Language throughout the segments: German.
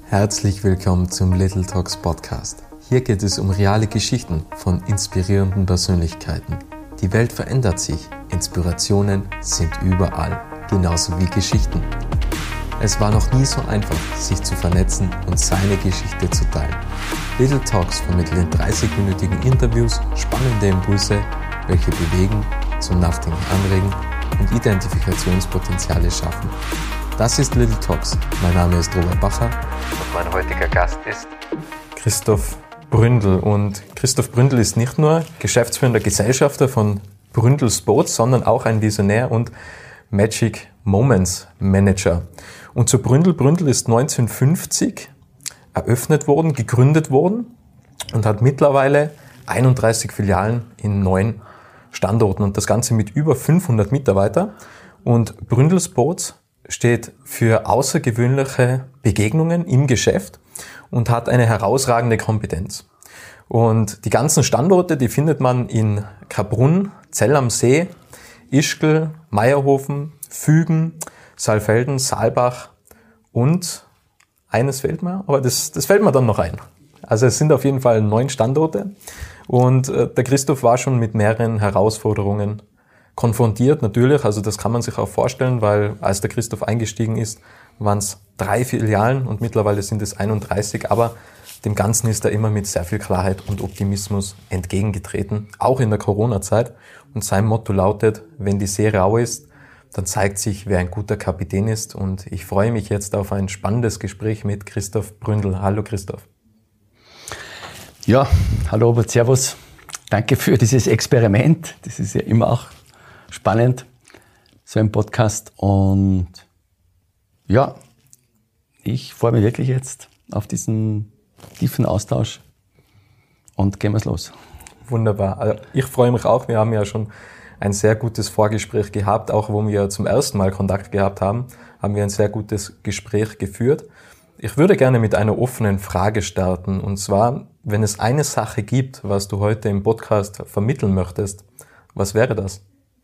Herzlich willkommen zum Little Talks Podcast. Hier geht es um reale Geschichten von inspirierenden Persönlichkeiten. Die Welt verändert sich, Inspirationen sind überall, genauso wie Geschichten. Es war noch nie so einfach, sich zu vernetzen und seine Geschichte zu teilen. Little Talks vermitteln in 30-minütigen Interviews spannende Impulse, welche bewegen, zum Nachdenken anregen und Identifikationspotenziale schaffen. Das ist Little Talks. Mein Name ist Robert Bacher und mein heutiger Gast ist Christoph Bründel. Und Christoph Bründel ist nicht nur geschäftsführender Gesellschafter von Bründel Sports, sondern auch ein Visionär und Magic Moments Manager. Und zu Bründel ist 1950 eröffnet worden, gegründet worden und hat mittlerweile 31 Filialen in 9 Standorten und das Ganze mit über 500 Mitarbeitern. Und Bründel Sports steht für außergewöhnliche Begegnungen im Geschäft und hat eine herausragende Kompetenz. Und die ganzen Standorte, die findet man in Kaprun, Zell am See, Ischgl, Meierhofen, Fügen, Saalfelden, Saalbach und eines fehlt mir, aber das fällt mir dann noch ein. Also es sind auf jeden Fall 9 Standorte und der Christoph war schon mit mehreren Herausforderungen konfrontiert, natürlich, also das kann man sich auch vorstellen, weil als der Christoph eingestiegen ist, waren es 3 Filialen und mittlerweile sind es 31, aber dem Ganzen ist er immer mit sehr viel Klarheit und Optimismus entgegengetreten, auch in der Corona-Zeit. Und sein Motto lautet, wenn die See rau ist, dann zeigt sich, wer ein guter Kapitän ist. Und ich freue mich jetzt auf ein spannendes Gespräch mit Christoph Bründel. Hallo Christoph. Ja, hallo Robert, servus. Danke für dieses Experiment. Das ist ja immer auch spannend, so ein Podcast. Und ja, ich freue mich wirklich jetzt auf diesen tiefen Austausch und gehen wir es los. Wunderbar. Also ich freue mich auch. Wir haben ja schon ein sehr gutes Vorgespräch gehabt. Auch wo wir zum ersten Mal Kontakt gehabt haben, haben wir ein sehr gutes Gespräch geführt. Ich würde gerne mit einer offenen Frage starten. Und zwar, wenn es eine Sache gibt, was du heute im Podcast vermitteln möchtest, was wäre das?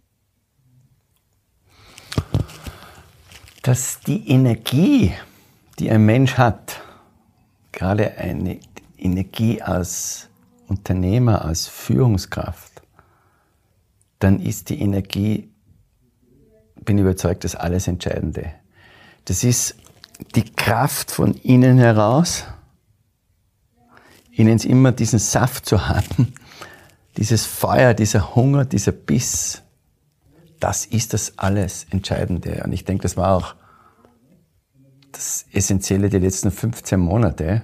Dass die Energie, die ein Mensch hat, gerade eine Energie als Unternehmer, als Führungskraft, dann ist die Energie, bin überzeugt, das alles Entscheidende. Das ist die Kraft von innen heraus, innen immer diesen Saft zu haben, dieses Feuer, dieser Hunger, dieser Biss. Das ist das alles Entscheidende. Und ich denke, das war auch das Essentielle der letzten 15 Monate,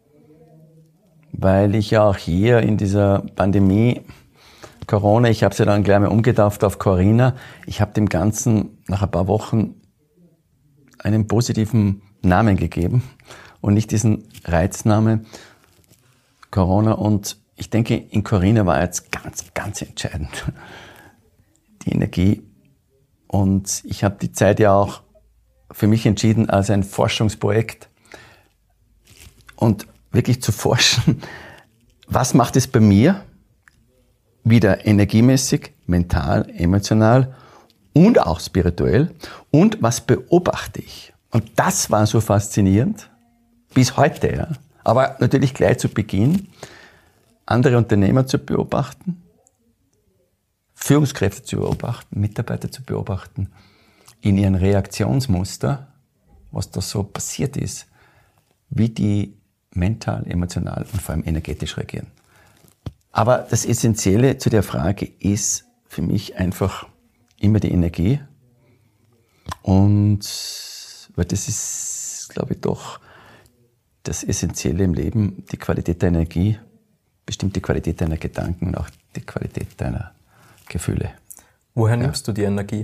weil ich ja auch hier in dieser Pandemie, Corona, ich habe es ja dann gleich mal umgetauft auf Corona, ich habe dem Ganzen nach ein paar Wochen einen positiven Namen gegeben und nicht diesen Reiznamen Corona. Und ich denke, in Corona war jetzt ganz entscheidend die Energie. Und ich habe die Zeit ja auch für mich entschieden als ein Forschungsprojekt und wirklich zu forschen, was macht es bei mir wieder energiemäßig, mental, emotional und auch spirituell und was beobachte ich. Und das war so faszinierend bis heute. Ja. Aber natürlich gleich zu Beginn andere Unternehmer zu beobachten, Führungskräfte zu beobachten, Mitarbeiter zu beobachten, in ihren Reaktionsmuster, was da so passiert ist, wie die mental, emotional und vor allem energetisch reagieren. Aber das Essentielle zu der Frage ist für mich einfach immer die Energie. Und weil das ist, glaube ich, doch das Essentielle im Leben, die Qualität der Energie, bestimmt die Qualität deiner Gedanken und auch die Qualität deiner Gefühle. Woher nimmst du die Energie?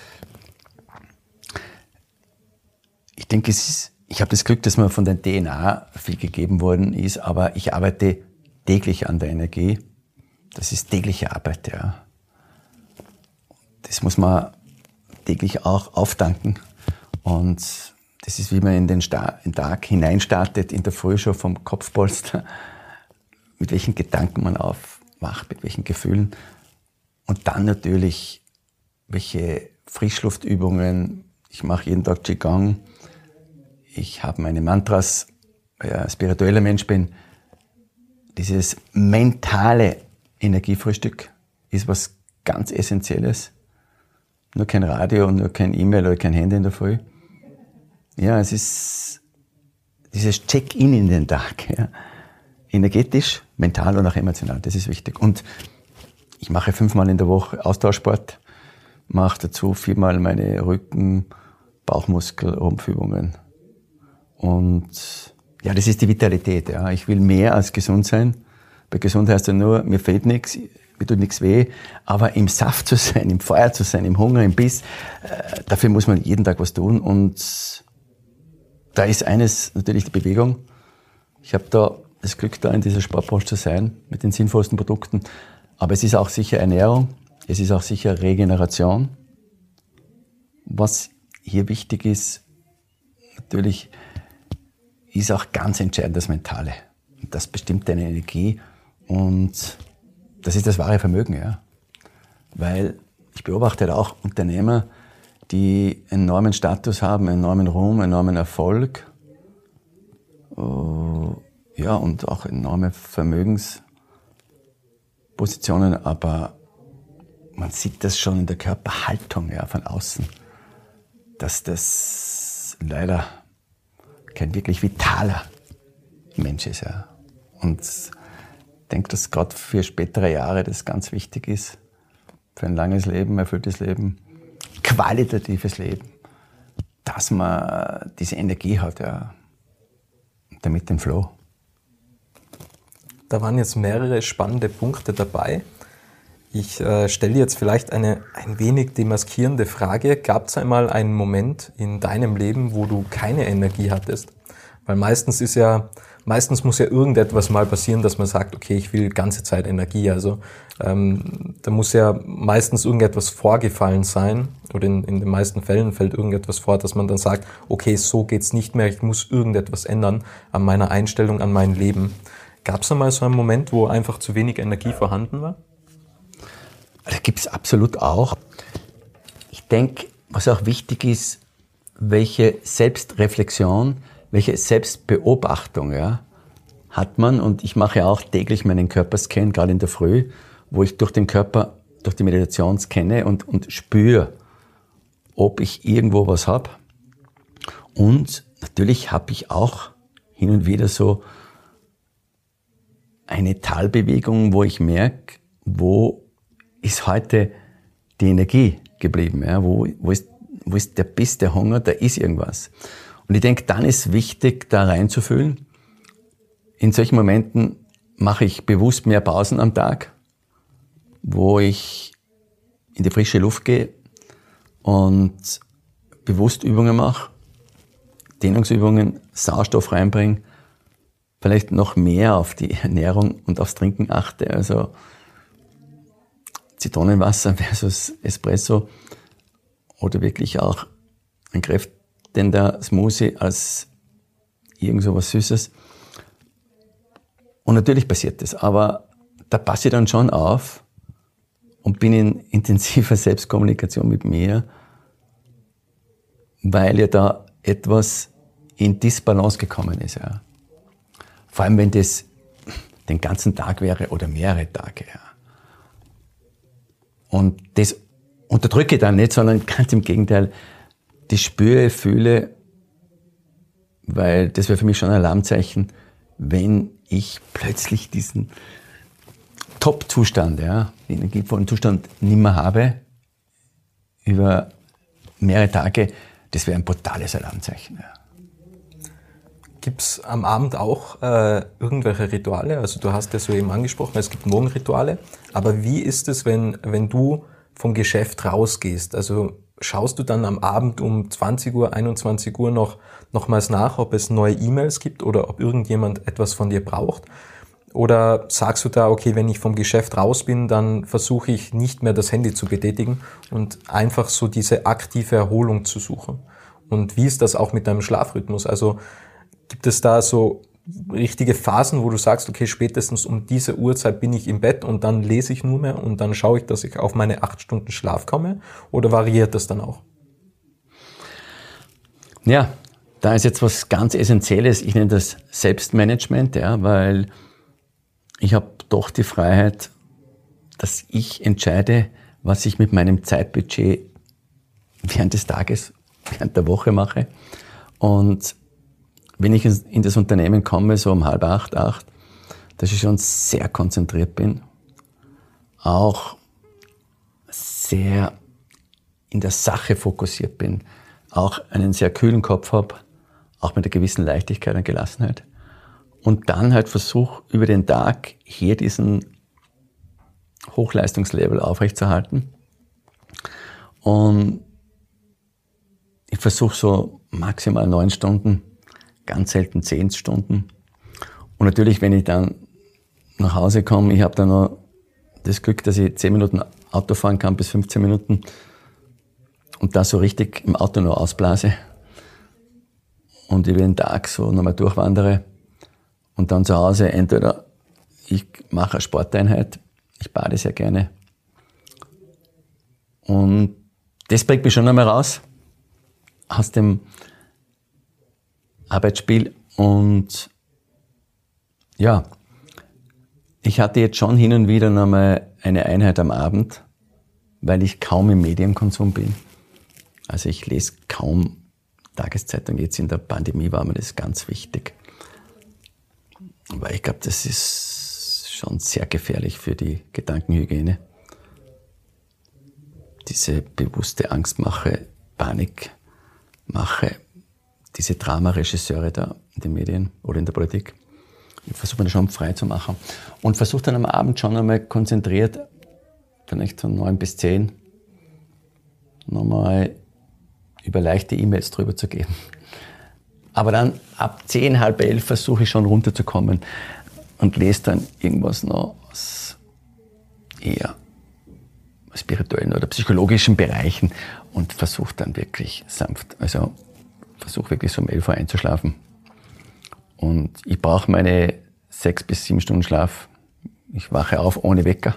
Ich denke, ich habe das Glück, dass mir von der DNA viel gegeben worden ist, aber ich arbeite täglich an der Energie. Das ist tägliche Arbeit, ja. Das muss man täglich auch auftanken. Und das ist, wie man in den Tag hineinstartet, in der Früh schon vom Kopfpolster, mit welchen Gedanken man aufwacht, mit welchen Gefühlen. Und dann natürlich, welche Frischluftübungen. Ich mache jeden Tag Qigong. Ich habe meine Mantras spiritueller Mensch bin, dieses mentale Energiefrühstück ist was ganz Essentielles. Nur kein Radio und nur kein E-Mail oder kein Handy in der Früh. Ja, es ist dieses Check-in in den Tag. Ja. Energetisch, mental und auch emotional, das ist wichtig. Und ich mache 5-mal in der Woche Ausdauersport, mache dazu 4-mal meine Rücken-, Bauchmuskel-Rumpfübungen. Und ja, das ist die Vitalität. Ja. Ich will mehr als gesund sein. Bei gesund heißt ja nur, mir fehlt nichts, mir tut nichts weh. Aber im Saft zu sein, im Feuer zu sein, im Hunger, im Biss, dafür muss man jeden Tag was tun. Und da ist eines natürlich die Bewegung. Ich habe da das Glück, da in dieser Sportbranche zu sein, mit den sinnvollsten Produkten. Aber es ist auch sicher Ernährung, es ist auch sicher Regeneration. Was hier wichtig ist, natürlich ist auch ganz entscheidend das Mentale. Und das bestimmt deine Energie und das ist das wahre Vermögen. Ja. Weil ich beobachte auch Unternehmer, die enormen Status haben, enormen Ruhm, enormen Erfolg, ja, und auch enorme Vermögenspositionen, aber man sieht das schon in der Körperhaltung, ja, von außen, dass das leider kein wirklich vitaler Mensch ist. Ja. Und ich denke, dass gerade für spätere Jahre das ganz wichtig ist, für ein langes Leben, erfülltes Leben, qualitatives Leben, dass man diese Energie hat, ja, und damit den Flow. Da waren jetzt mehrere spannende Punkte dabei. Ich stelle jetzt vielleicht eine ein wenig demaskierende Frage. Gab es einmal einen Moment in deinem Leben, wo du keine Energie hattest? Weil meistens muss ja irgendetwas mal passieren, dass man sagt, okay, ich will ganze Zeit Energie. Also da muss ja meistens irgendetwas vorgefallen sein, oder in den meisten Fällen fällt irgendetwas vor, dass man dann sagt, okay, so geht's nicht mehr, ich muss irgendetwas ändern an meiner Einstellung, an mein Leben. Gab es einmal so einen Moment, wo einfach zu wenig Energie vorhanden war? Das gibt es absolut auch. Ich denke, was auch wichtig ist, welche Selbstreflexion, welche Selbstbeobachtung, ja, hat man. Und ich mache auch täglich meinen Körperscan, gerade in der Früh, wo ich durch den Körper, durch die Meditation scanne und spüre, ob ich irgendwo was habe. Und natürlich habe ich auch hin und wieder so eine Talbewegung, wo ich merke, wo ist heute die Energie geblieben? Ja? Wo ist der Biss, der Hunger? Da ist irgendwas. Und ich denke, dann ist wichtig, da reinzufühlen. In solchen Momenten mache ich bewusst mehr Pausen am Tag, wo ich in die frische Luft gehe und bewusst Übungen mache, Dehnungsübungen, Sauerstoff reinbringe, vielleicht noch mehr auf die Ernährung und aufs Trinken achte. Also Zitronenwasser versus Espresso oder wirklich auch ein kräftender Smoothie als irgend so was Süßes. Und natürlich passiert das, aber da passe ich dann schon auf und bin in intensiver Selbstkommunikation mit mir, weil ja da etwas in Disbalance gekommen ist. Ja. Vor allem, wenn das den ganzen Tag wäre oder mehrere Tage. Ja. Und das unterdrücke ich dann nicht, sondern ganz im Gegenteil, das spüre, fühle, weil das wäre für mich schon ein Alarmzeichen, wenn ich plötzlich diesen Top-Zustand, ja, den energievollen Zustand nicht mehr habe, über mehrere Tage, das wäre ein brutales Alarmzeichen. Ja. Gibt es am Abend auch irgendwelche Rituale? Also du hast ja soeben angesprochen, es gibt Morgenrituale. Aber wie ist es, wenn du vom Geschäft rausgehst? Also schaust du dann am Abend um 20 Uhr, 21 Uhr nochmals nach, ob es neue E-Mails gibt oder ob irgendjemand etwas von dir braucht? Oder sagst du da, okay, wenn ich vom Geschäft raus bin, dann versuche ich nicht mehr das Handy zu betätigen und einfach so diese aktive Erholung zu suchen? Und wie ist das auch mit deinem Schlafrhythmus? Also gibt es da so richtige Phasen, wo du sagst, okay, spätestens um diese Uhrzeit bin ich im Bett und dann lese ich nur mehr und dann schaue ich, dass ich auf meine 8 Stunden Schlaf komme? Oder variiert das dann auch? Ja, Da ist jetzt was ganz Essentielles, ich nenne das Selbstmanagement, ja, weil ich habe doch die Freiheit, dass ich entscheide, was ich mit meinem Zeitbudget während des Tages, während der Woche mache. Und wenn ich in das Unternehmen komme, so um 7:30, 8, dass ich schon sehr konzentriert bin, auch sehr in der Sache fokussiert bin, auch einen sehr kühlen Kopf habe, auch mit einer gewissen Leichtigkeit und Gelassenheit. Und dann halt versuche, über den Tag hier diesen Hochleistungslevel aufrechtzuerhalten. Und ich versuche so maximal 9 Stunden, ganz selten 10 Stunden. Und natürlich, wenn ich dann nach Hause komme, ich habe dann noch das Glück, dass ich 10 Minuten Auto fahren kann, bis 15 Minuten. Und da so richtig im Auto noch ausblase. Und über den Tag so nochmal durchwandere. Und dann zu Hause entweder ich mache eine Sporteinheit, ich bade sehr gerne. Und das bringt mich schon einmal raus aus dem Arbeitsspiel. Und ja, ich hatte jetzt schon hin und wieder nochmal eine Einheit am Abend, weil ich kaum im Medienkonsum bin. Also ich lese kaum Tageszeitung. Jetzt in der Pandemie war mir das ganz wichtig. Weil ich glaube, das ist schon sehr gefährlich für die Gedankenhygiene. Diese bewusste Angstmache, Panikmache, diese Dramaregisseure da in den Medien oder in der Politik. Ich versuche mir das schon frei zu machen. Und versuche dann am Abend schon einmal konzentriert, vielleicht von 9 bis 10, nochmal über leichte E-Mails drüber zu gehen. Aber dann ab 10, halb 11 versuche ich schon runterzukommen und lese dann irgendwas noch aus eher spirituellen oder psychologischen Bereichen und versuche dann wirklich sanft, also versuche wirklich so um 11 Uhr einzuschlafen. Und ich brauche meine 6 bis 7 Stunden Schlaf. Ich wache auf ohne Wecker.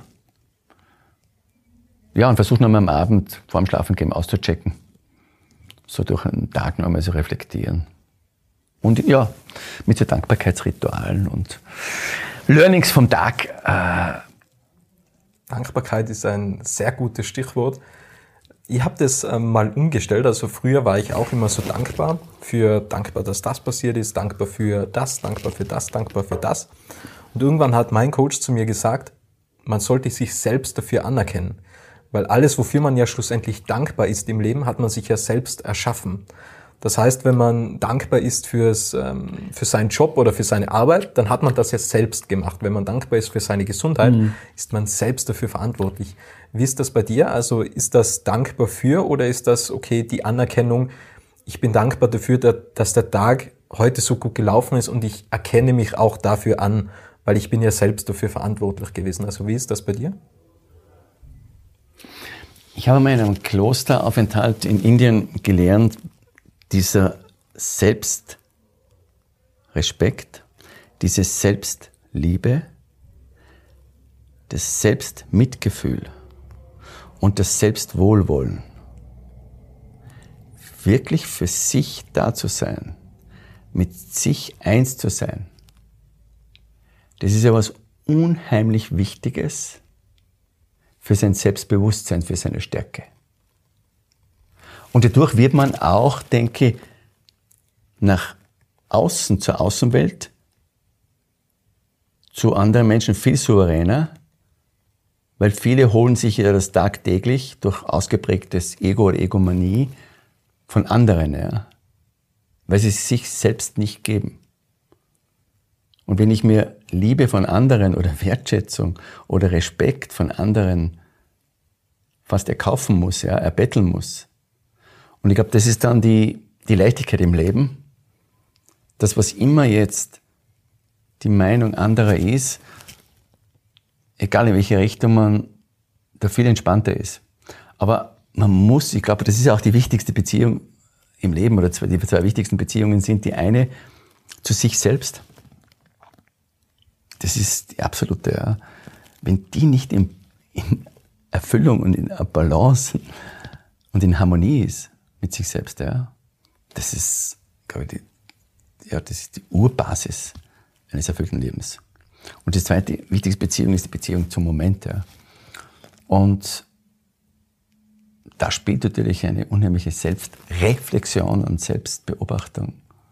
Ja, und versuche nochmal am Abend vor dem Schlafengehen auszuchecken. So durch einen Tag nochmal so reflektieren. Und ja, mit so Dankbarkeitsritualen und Learnings vom Tag. Dankbarkeit ist ein sehr gutes Stichwort. Ich habe das mal umgestellt. Also früher war ich auch immer so dankbar, dass das passiert ist, dankbar für das, dankbar für das, dankbar für das. Und irgendwann hat mein Coach zu mir gesagt, man sollte sich selbst dafür anerkennen. Weil alles, wofür man ja schlussendlich dankbar ist im Leben, hat man sich ja selbst erschaffen. Das heißt, wenn man dankbar ist für seinen Job oder für seine Arbeit, dann hat man das ja selbst gemacht. Wenn man dankbar ist für seine Gesundheit, ist man selbst dafür verantwortlich. Wie ist das bei dir? Also ist das dankbar für oder ist das, okay, die Anerkennung, ich bin dankbar dafür, dass der Tag heute so gut gelaufen ist und ich erkenne mich auch dafür an, weil ich bin ja selbst dafür verantwortlich gewesen. Also wie ist das bei dir? Ich habe mal in einem Klosteraufenthalt in Indien gelernt, dieser Selbstrespekt, diese Selbstliebe, das Selbstmitgefühl und das Selbstwohlwollen, wirklich für sich da zu sein, mit sich eins zu sein, das ist ja was unheimlich Wichtiges für sein Selbstbewusstsein, für seine Stärke. Und dadurch wird man auch, denke ich, nach außen, zur Außenwelt, zu anderen Menschen viel souveräner, weil viele holen sich ja das tagtäglich durch ausgeprägtes Ego oder Egomanie von anderen, ja, weil sie sich selbst nicht geben. Und wenn ich mir Liebe von anderen oder Wertschätzung oder Respekt von anderen fast erkaufen muss, ja, erbetteln muss, und ich glaube, das ist dann die Leichtigkeit im Leben, das, was immer jetzt die Meinung anderer ist, egal in welche Richtung man da viel entspannter ist. Aber man muss, ich glaube, das ist ja auch die wichtigste Beziehung im Leben, oder die 2 wichtigsten Beziehungen sind die eine zu sich selbst. Das ist die absolute, ja. Wenn die nicht in Erfüllung und in Balance und in Harmonie ist mit sich selbst, ja, das ist glaube ich, das ist die Urbasis eines erfüllten Lebens. Und die zweite wichtigste Beziehung ist die Beziehung zum Moment. Ja. Und da spielt natürlich eine unheimliche Selbstreflexion und Selbstbeobachtung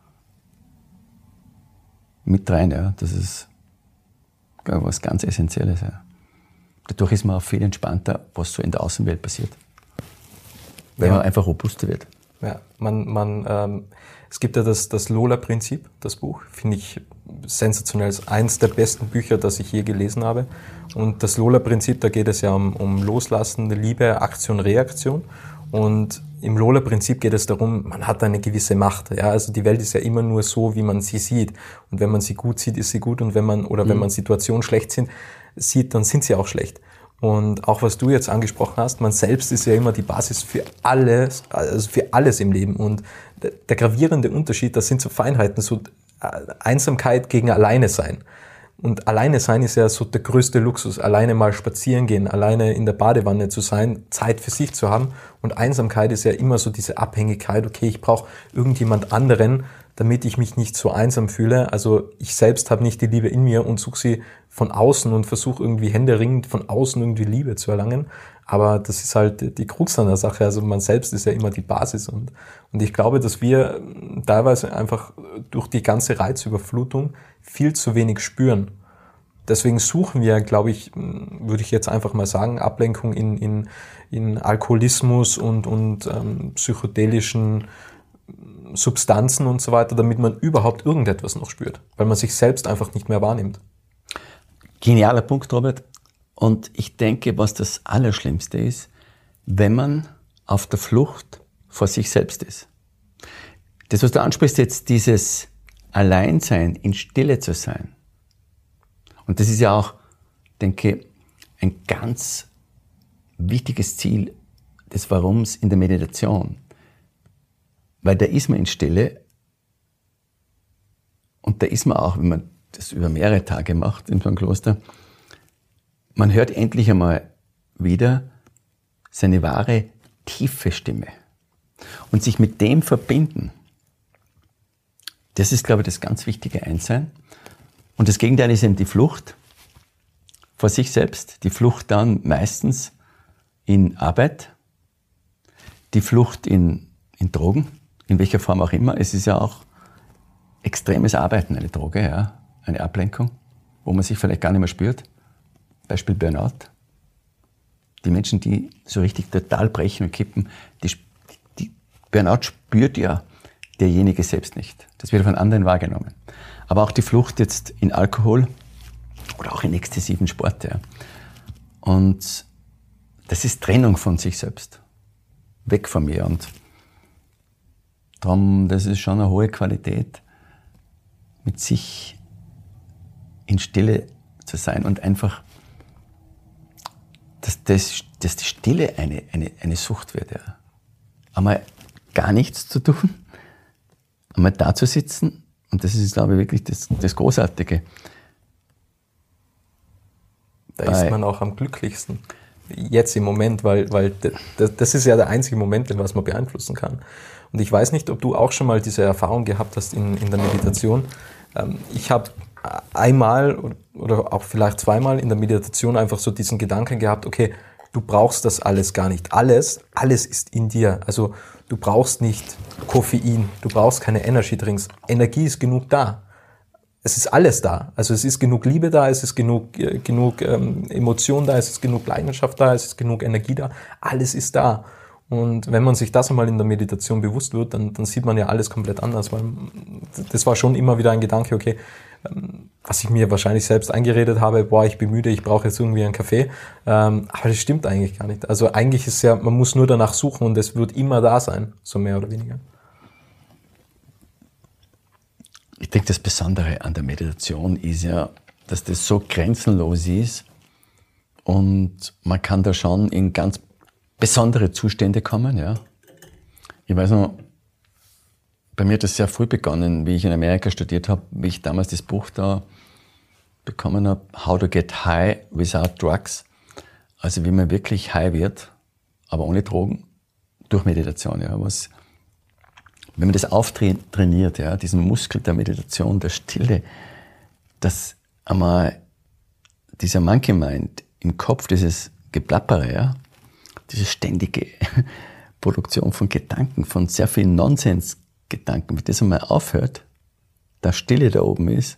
mit rein. Ja. Das ist, glaube ich, was ganz Essentielles. Ja. Dadurch ist man auch viel entspannter, was so in der Außenwelt passiert. Weil man einfach robuster wird. Ja, es gibt ja das Lola-Prinzip, das Buch, finde ich sensationell, ist eins der besten Bücher, das ich je gelesen habe. Und das Lola-Prinzip, da geht es ja um Loslassen, Liebe, Aktion, Reaktion. Und im Lola-Prinzip geht es darum, man hat eine gewisse Macht. Ja? Also die Welt ist ja immer nur so, wie man sie sieht. Und wenn man sie gut sieht, ist sie gut. Und wenn man Situationen schlecht sieht, dann sind sie auch schlecht. Und auch was du jetzt angesprochen hast, man selbst ist ja immer die Basis für alles, also für alles im Leben. Und der gravierende Unterschied, das sind so Feinheiten, so Einsamkeit gegen Alleine sein. Und alleine sein ist ja so der größte Luxus, alleine mal spazieren gehen, alleine in der Badewanne zu sein, Zeit für sich zu haben. Und Einsamkeit ist ja immer so diese Abhängigkeit, okay, ich brauche irgendjemand anderen, damit ich mich nicht so einsam fühle. Also ich selbst habe nicht die Liebe in mir und suche sie von außen und versuche irgendwie händeringend von außen irgendwie Liebe zu erlangen. Aber das ist halt die Krux an der Sache. Also man selbst ist ja immer die Basis. Und ich glaube, dass wir teilweise einfach durch die ganze Reizüberflutung viel zu wenig spüren. Deswegen suchen wir, glaube ich, würde ich jetzt einfach mal sagen, Ablenkung in Alkoholismus und psychedelischen Substanzen und so weiter, damit man überhaupt irgendetwas noch spürt, weil man sich selbst einfach nicht mehr wahrnimmt. Genialer Punkt, Robert. Und ich denke, was das Allerschlimmste ist, wenn man auf der Flucht vor sich selbst ist. Das, was du ansprichst jetzt, dieses Alleinsein, in Stille zu sein. Und das ist ja auch, denke ich, ein ganz wichtiges Ziel des Warums in der Meditation. Weil da ist man in Stille und da ist man auch, wenn man das über mehrere Tage macht in so einem Kloster, man hört endlich einmal wieder seine wahre, tiefe Stimme. Und sich mit dem verbinden, das ist, glaube ich, das ganz wichtige Einssein. Und das Gegenteil ist eben die Flucht vor sich selbst, die Flucht dann meistens in Arbeit, die Flucht in Drogen, in welcher Form auch immer. Es ist ja auch extremes Arbeiten eine Droge, ja, eine Ablenkung, wo man sich vielleicht gar nicht mehr spürt. Beispiel Burnout. Die Menschen, die so richtig total brechen und kippen, die Burnout spürt ja derjenige selbst nicht. Das wird von anderen wahrgenommen. Aber auch die Flucht jetzt in Alkohol oder auch in exzessiven Sport. Ja. Und das ist Trennung von sich selbst. Weg von mir. Und darum, das ist schon eine hohe Qualität, mit sich in Stille zu sein und einfach, dass die Stille eine Sucht wird. Ja. Einmal gar nichts zu tun, einmal da zu sitzen, und das ist, glaube ich, wirklich das Großartige. Da ist man auch am glücklichsten. Jetzt im Moment, weil das ist ja der einzige Moment, den was man beeinflussen kann. Und ich weiß nicht, ob du auch schon mal diese Erfahrung gehabt hast in der Meditation. Ich habe einmal oder auch vielleicht zweimal in der Meditation einfach so diesen Gedanken gehabt, okay, du brauchst das alles gar nicht. Alles ist in dir. Also du brauchst nicht Koffein, du brauchst keine Energy Drinks. Energie ist genug da. Es ist alles da. Also es ist genug Liebe da, es ist genug Emotion da, es ist genug Leidenschaft da, es ist genug Energie da. Alles ist da. Und wenn man sich das einmal in der Meditation bewusst wird, dann sieht man ja alles komplett anders, weil das war schon immer wieder ein Gedanke, okay, was ich mir wahrscheinlich selbst eingeredet habe, boah, ich bin müde, ich brauche jetzt irgendwie einen Kaffee, aber das stimmt eigentlich gar nicht. Also eigentlich ist ja, man muss nur danach suchen und es wird immer da sein, so mehr oder weniger. Ich denke, das Besondere an der Meditation ist ja, dass das so grenzenlos ist und man kann da schon in ganz besondere Zustände kommen, ja. Ich weiß noch, bei mir hat das sehr früh begonnen, wie ich in Amerika studiert habe, wie ich damals das Buch da bekommen habe, How to Get High Without Drugs. Also wie man wirklich high wird, aber ohne Drogen, durch Meditation, ja, was wenn man das auftrainiert, ja, diesen Muskel der Meditation, der Stille, dass einmal dieser Monkey Mind im Kopf, dieses Geplappere, ja, diese ständige Produktion von Gedanken, von sehr vielen Nonsensgedanken, wenn das einmal aufhört, da Stille da oben ist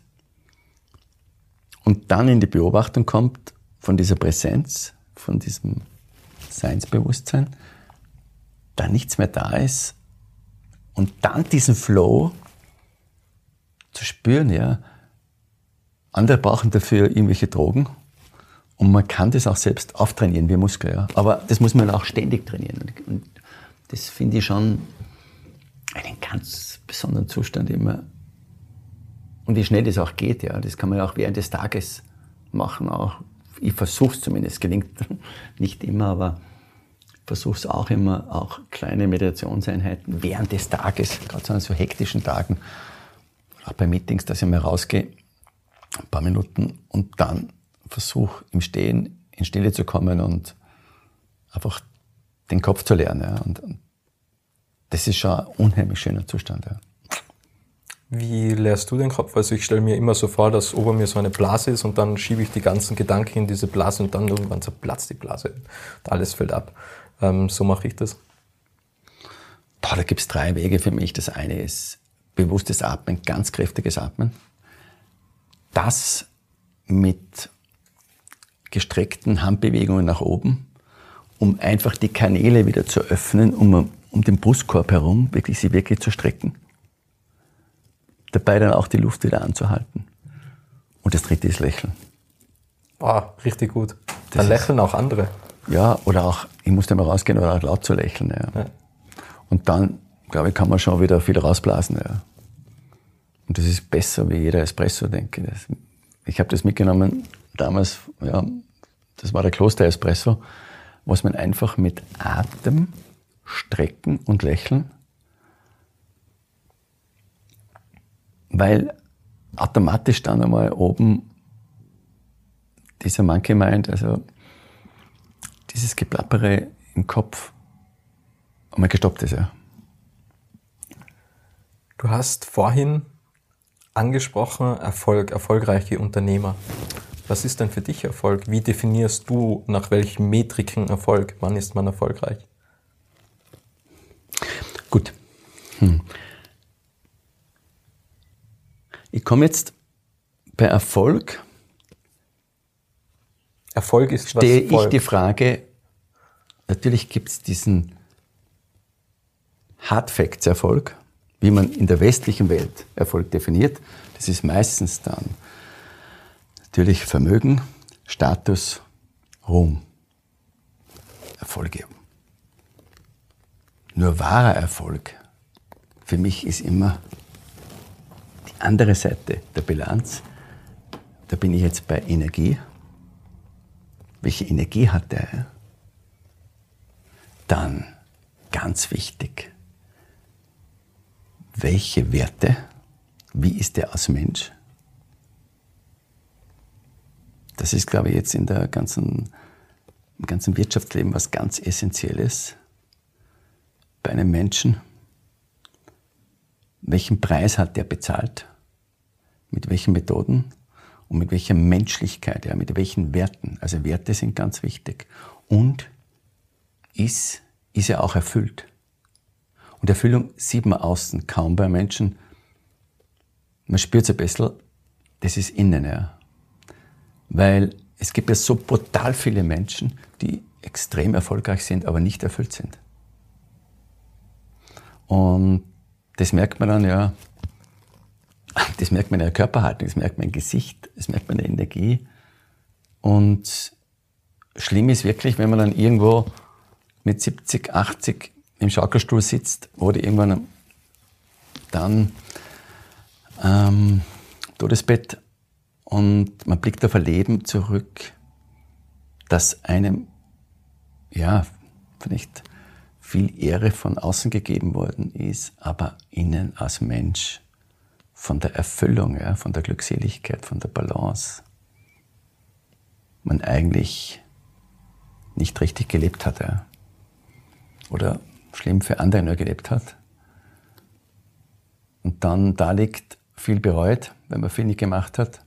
und dann in die Beobachtung kommt von dieser Präsenz, von diesem Seinsbewusstsein, da nichts mehr da ist und dann diesen Flow zu spüren, ja. Andere brauchen dafür irgendwelche Drogen und man kann das auch selbst auftrainieren wie Muskel, ja. Aber das muss man auch ständig trainieren und das finde ich schon einen ganz besonderen Zustand immer. Und wie schnell das auch geht, ja, das kann man ja auch während des Tages machen. Auch. Ich versuche es zumindest, gelingt nicht immer, aber ich versuche es auch immer, auch kleine Meditationseinheiten während des Tages, gerade an so hektischen Tagen, auch bei Meetings, dass ich mal rausgehe, ein paar Minuten und dann versuche im Stehen in Stille zu kommen und einfach den Kopf zu lernen. Ja. Und das ist schon ein unheimlich schöner Zustand. Ja. Wie leerst du den Kopf? Also ich stelle mir immer so vor, dass ober mir so eine Blase ist und dann schiebe ich die ganzen Gedanken in diese Blase und dann irgendwann zerplatzt die Blase und alles fällt ab. So mache ich das. Da gibt es 3 Wege für mich. Das eine ist bewusstes Atmen, ganz kräftiges Atmen. Das mit gestreckten Handbewegungen nach oben, um einfach die Kanäle wieder zu öffnen, um den Brustkorb herum sie wirklich zu strecken. Dabei dann auch die Luft wieder anzuhalten. Und das dritte ist Lächeln. Richtig gut. Dann lächeln auch andere. Ja, oder auch, ich muss dann mal rausgehen oder auch laut zu lächeln. Ja. Ja. Und dann, glaube ich, kann man schon wieder viel rausblasen. Ja. Und das ist besser wie jeder Espresso, denke ich. Ich habe das mitgenommen damals, ja, das war der Kloster-Espresso, was man einfach mit Atem, Strecken und Lächeln, weil automatisch dann einmal oben dieser Monkey Mind, also dieses Geplappere im Kopf, einmal gestoppt ist. Ja. Du hast vorhin angesprochen, erfolgreiche Unternehmer. Was ist denn für dich Erfolg? Wie definierst du, nach welchen Metriken Erfolg? Wann ist man erfolgreich? Gut. Ich komme jetzt bei Erfolg. Erfolg ist stehe ich die Frage, natürlich gibt es diesen Hard Facts Erfolg, wie man in der westlichen Welt Erfolg definiert. Das ist meistens dann natürlich Vermögen, Status, Ruhm, Erfolge. Nur wahrer Erfolg für mich ist immer die andere Seite der Bilanz. Da bin ich jetzt bei Energie. Welche Energie hat der? Dann, ganz wichtig, welche Werte, wie ist der als Mensch? Das ist, glaube ich, jetzt im ganzen Wirtschaftsleben was ganz Essentielles bei einem Menschen. Welchen Preis hat der bezahlt? Mit welchen Methoden? Und mit welcher Menschlichkeit, ja, mit welchen Werten. Also Werte sind ganz wichtig. Und ist er auch erfüllt? Und Erfüllung sieht man außen kaum bei Menschen. Man spürt es ein bisschen, das ist innen, ja. Weil es gibt ja so brutal viele Menschen, die extrem erfolgreich sind, aber nicht erfüllt sind. Und das merkt man dann, ja, das merkt man in der Körperhaltung, das merkt man im Gesicht, das merkt man in der Energie. Und schlimm ist wirklich, wenn man dann irgendwo mit 70, 80 im Schaukelstuhl sitzt oder irgendwann dann Todesbett und man blickt auf ein Leben zurück, das einem, ja, vielleicht viel Ehre von außen gegeben worden ist, aber innen als Mensch von der Erfüllung, ja, von der Glückseligkeit, von der Balance, man eigentlich nicht richtig gelebt hat, ja. Oder schlimm für andere nur gelebt hat. und dann da liegt, viel bereut, weil man viel nicht gemacht hat.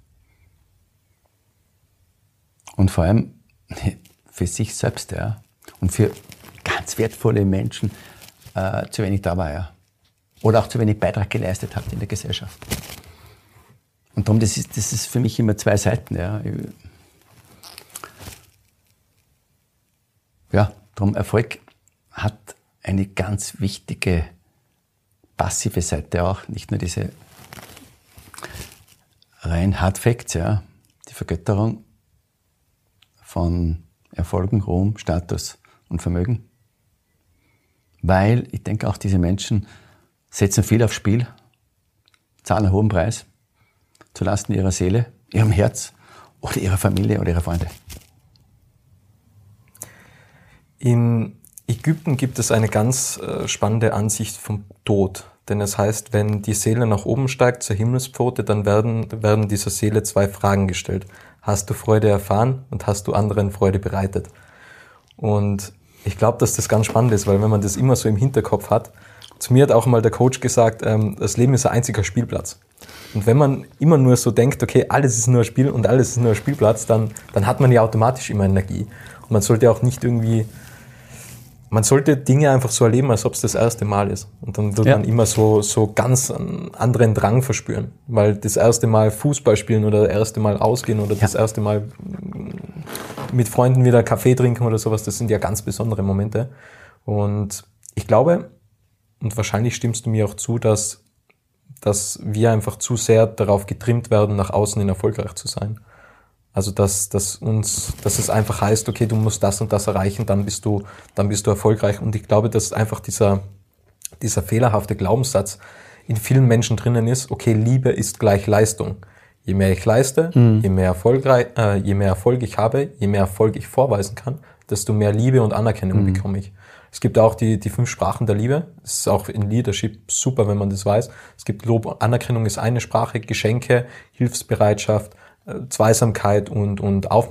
Und vor allem für sich selbst, ja. Und für ganz wertvolle Menschen zu wenig da war, ja. Oder auch zu wenig Beitrag geleistet hat in der Gesellschaft. Und darum, das ist für mich immer zwei Seiten, ja. Ja, darum Erfolg hat eine ganz wichtige passive Seite auch, nicht nur diese rein Hard Facts, ja, die Vergötterung von Erfolgen, Ruhm, Status und Vermögen. Weil ich denke auch, diese Menschen setzen viel aufs Spiel, zahlen einen hohen Preis zulasten ihrer Seele, ihrem Herz oder ihrer Familie oder ihrer Freunde. In Ägypten gibt es eine ganz spannende Ansicht vom Tod. Denn es heißt, wenn die Seele nach oben steigt zur Himmelspforte, dann werden dieser Seele zwei Fragen gestellt. Hast du Freude erfahren und hast du anderen Freude bereitet? Und ich glaube, dass das ganz spannend ist, weil wenn man das immer so im Hinterkopf hat, zu mir hat auch mal der Coach gesagt, das Leben ist ein einziger Spielplatz. Und wenn man immer nur so denkt, okay, alles ist nur ein Spiel und alles ist nur ein Spielplatz, dann hat man ja automatisch immer Energie. Und man sollte auch nicht irgendwie, man sollte Dinge einfach so erleben, als ob es das erste Mal ist. Und dann wird man immer so ganz einen anderen Drang verspüren. Weil das erste Mal Fußball spielen oder das erste Mal ausgehen oder das erste Mal mit Freunden wieder Kaffee trinken oder sowas, das sind ja ganz besondere Momente. Und ich glaube, und wahrscheinlich stimmst du mir auch zu, dass wir einfach zu sehr darauf getrimmt werden, nach außen hin erfolgreich zu sein. Also dass es einfach heißt, okay, du musst das und das erreichen, dann bist du erfolgreich. Und ich glaube, dass einfach dieser fehlerhafte Glaubenssatz in vielen Menschen drinnen ist, okay, Liebe ist gleich Leistung. Je mehr ich leiste, je mehr Erfolg ich habe, je mehr Erfolg ich vorweisen kann, desto mehr Liebe und Anerkennung bekomme ich. Es gibt auch die 5 Sprachen der Liebe. Das ist auch in Leadership super, wenn man das weiß. Es gibt Lob, Anerkennung ist eine Sprache, Geschenke, Hilfsbereitschaft, Zweisamkeit und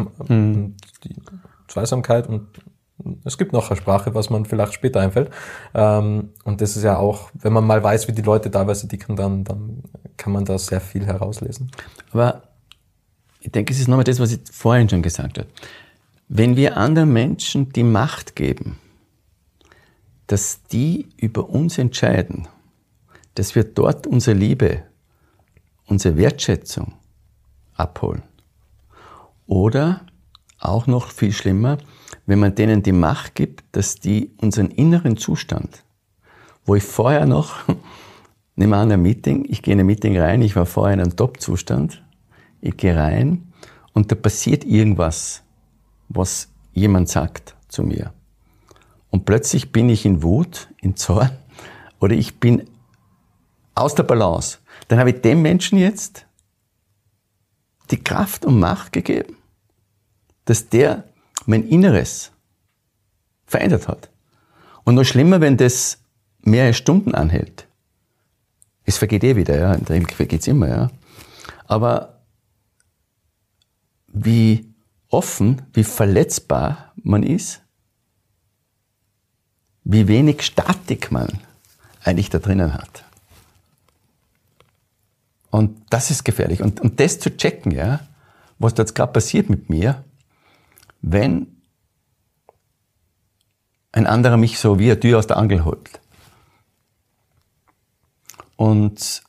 Zweisamkeit und es gibt noch eine Sprache, was man vielleicht später einfällt. Und das ist ja auch, wenn man mal weiß, wie die Leute teilweise ticken, dann kann man da sehr viel herauslesen. Aber ich denke, es ist nochmal das, was ich vorhin schon gesagt habe. Wenn wir anderen Menschen die Macht geben, dass die über uns entscheiden, dass wir dort unsere Liebe, unsere Wertschätzung abholen. Oder auch noch viel schlimmer, wenn man denen die Macht gibt, dass die unseren inneren Zustand, wo ich vorher noch, nehmen wir an ich gehe in ein Meeting rein, ich war vorher in einem Top-Zustand, ich gehe rein und da passiert irgendwas, was jemand sagt zu mir. Und plötzlich bin ich in Wut, in Zorn oder ich bin aus der Balance. Dann habe ich dem Menschen jetzt die Kraft und Macht gegeben, dass der mein Inneres verändert hat. Und noch schlimmer, wenn das mehrere Stunden anhält. Es vergeht wieder, ja. In der Regel vergeht's immer, ja. Aber wie offen, wie verletzbar man ist, wie wenig Statik man eigentlich da drinnen hat. Und das ist gefährlich. Und das zu checken, ja, was da jetzt gerade passiert mit mir, wenn ein anderer mich so wie eine Tür aus der Angel holt. Und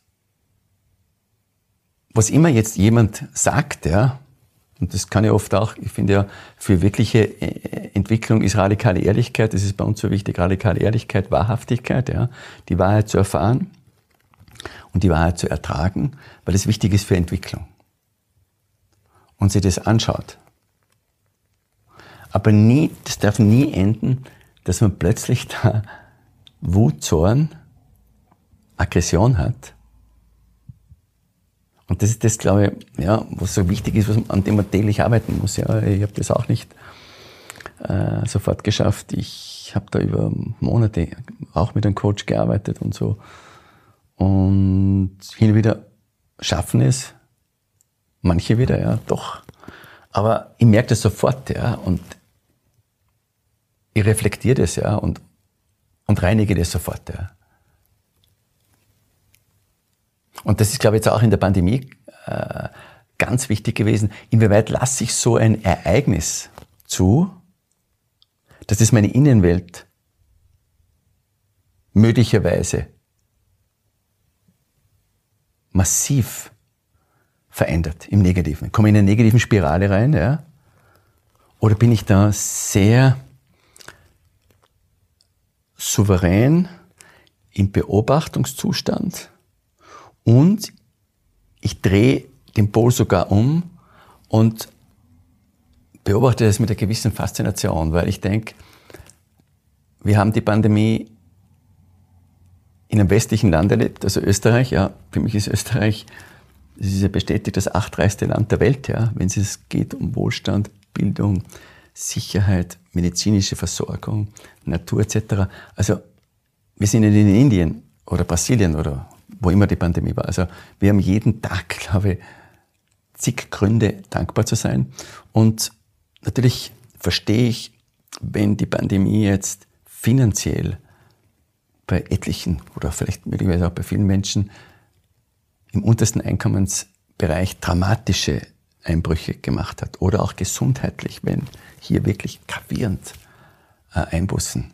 was immer jetzt jemand sagt, ja, und das kann ja oft auch, ich finde ja, für wirkliche Entwicklung ist radikale Ehrlichkeit, das ist bei uns so wichtig, radikale Ehrlichkeit, Wahrhaftigkeit, ja, die Wahrheit zu erfahren und die Wahrheit zu ertragen, weil das wichtig ist für Entwicklung. Und sich das anschaut. Aber das darf nie enden, dass man plötzlich da Wut, Zorn, Aggression hat. Und das ist das, glaube ich, ja, was so wichtig ist, an dem man täglich arbeiten muss. Ja, ich habe das auch nicht sofort geschafft. Ich habe da über Monate auch mit einem Coach gearbeitet und so. Und hin und wieder schaffen es, manche wieder, ja, doch. Aber ich merke das sofort, ja, und ich reflektiere das, ja, und reinige das sofort, ja. Und das ist, glaube ich, jetzt auch in der Pandemie ganz wichtig gewesen. Inwieweit lasse ich so ein Ereignis zu, dass es meine Innenwelt möglicherweise massiv verändert im Negativen. Komme ich in eine negativen Spirale rein, ja? Oder bin ich da sehr souverän im Beobachtungszustand und ich drehe den Pol sogar um und beobachte das mit einer gewissen Faszination, weil ich denke, wir haben die Pandemie in einem westlichen Land erlebt, also Österreich, ja, für mich ist Österreich, das ist ja bestätigt, das 8. Land der Welt, ja, wenn es geht um Wohlstand, Bildung, Sicherheit, medizinische Versorgung, Natur etc. Also wir sind in Indien oder Brasilien oder wo immer die Pandemie war. Also wir haben jeden Tag, glaube ich, zig Gründe, dankbar zu sein. Und natürlich verstehe ich, wenn die Pandemie jetzt finanziell bei etlichen oder vielleicht möglicherweise auch bei vielen Menschen im untersten Einkommensbereich dramatische Einbrüche gemacht hat oder auch gesundheitlich, wenn hier wirklich gravierend Einbußen,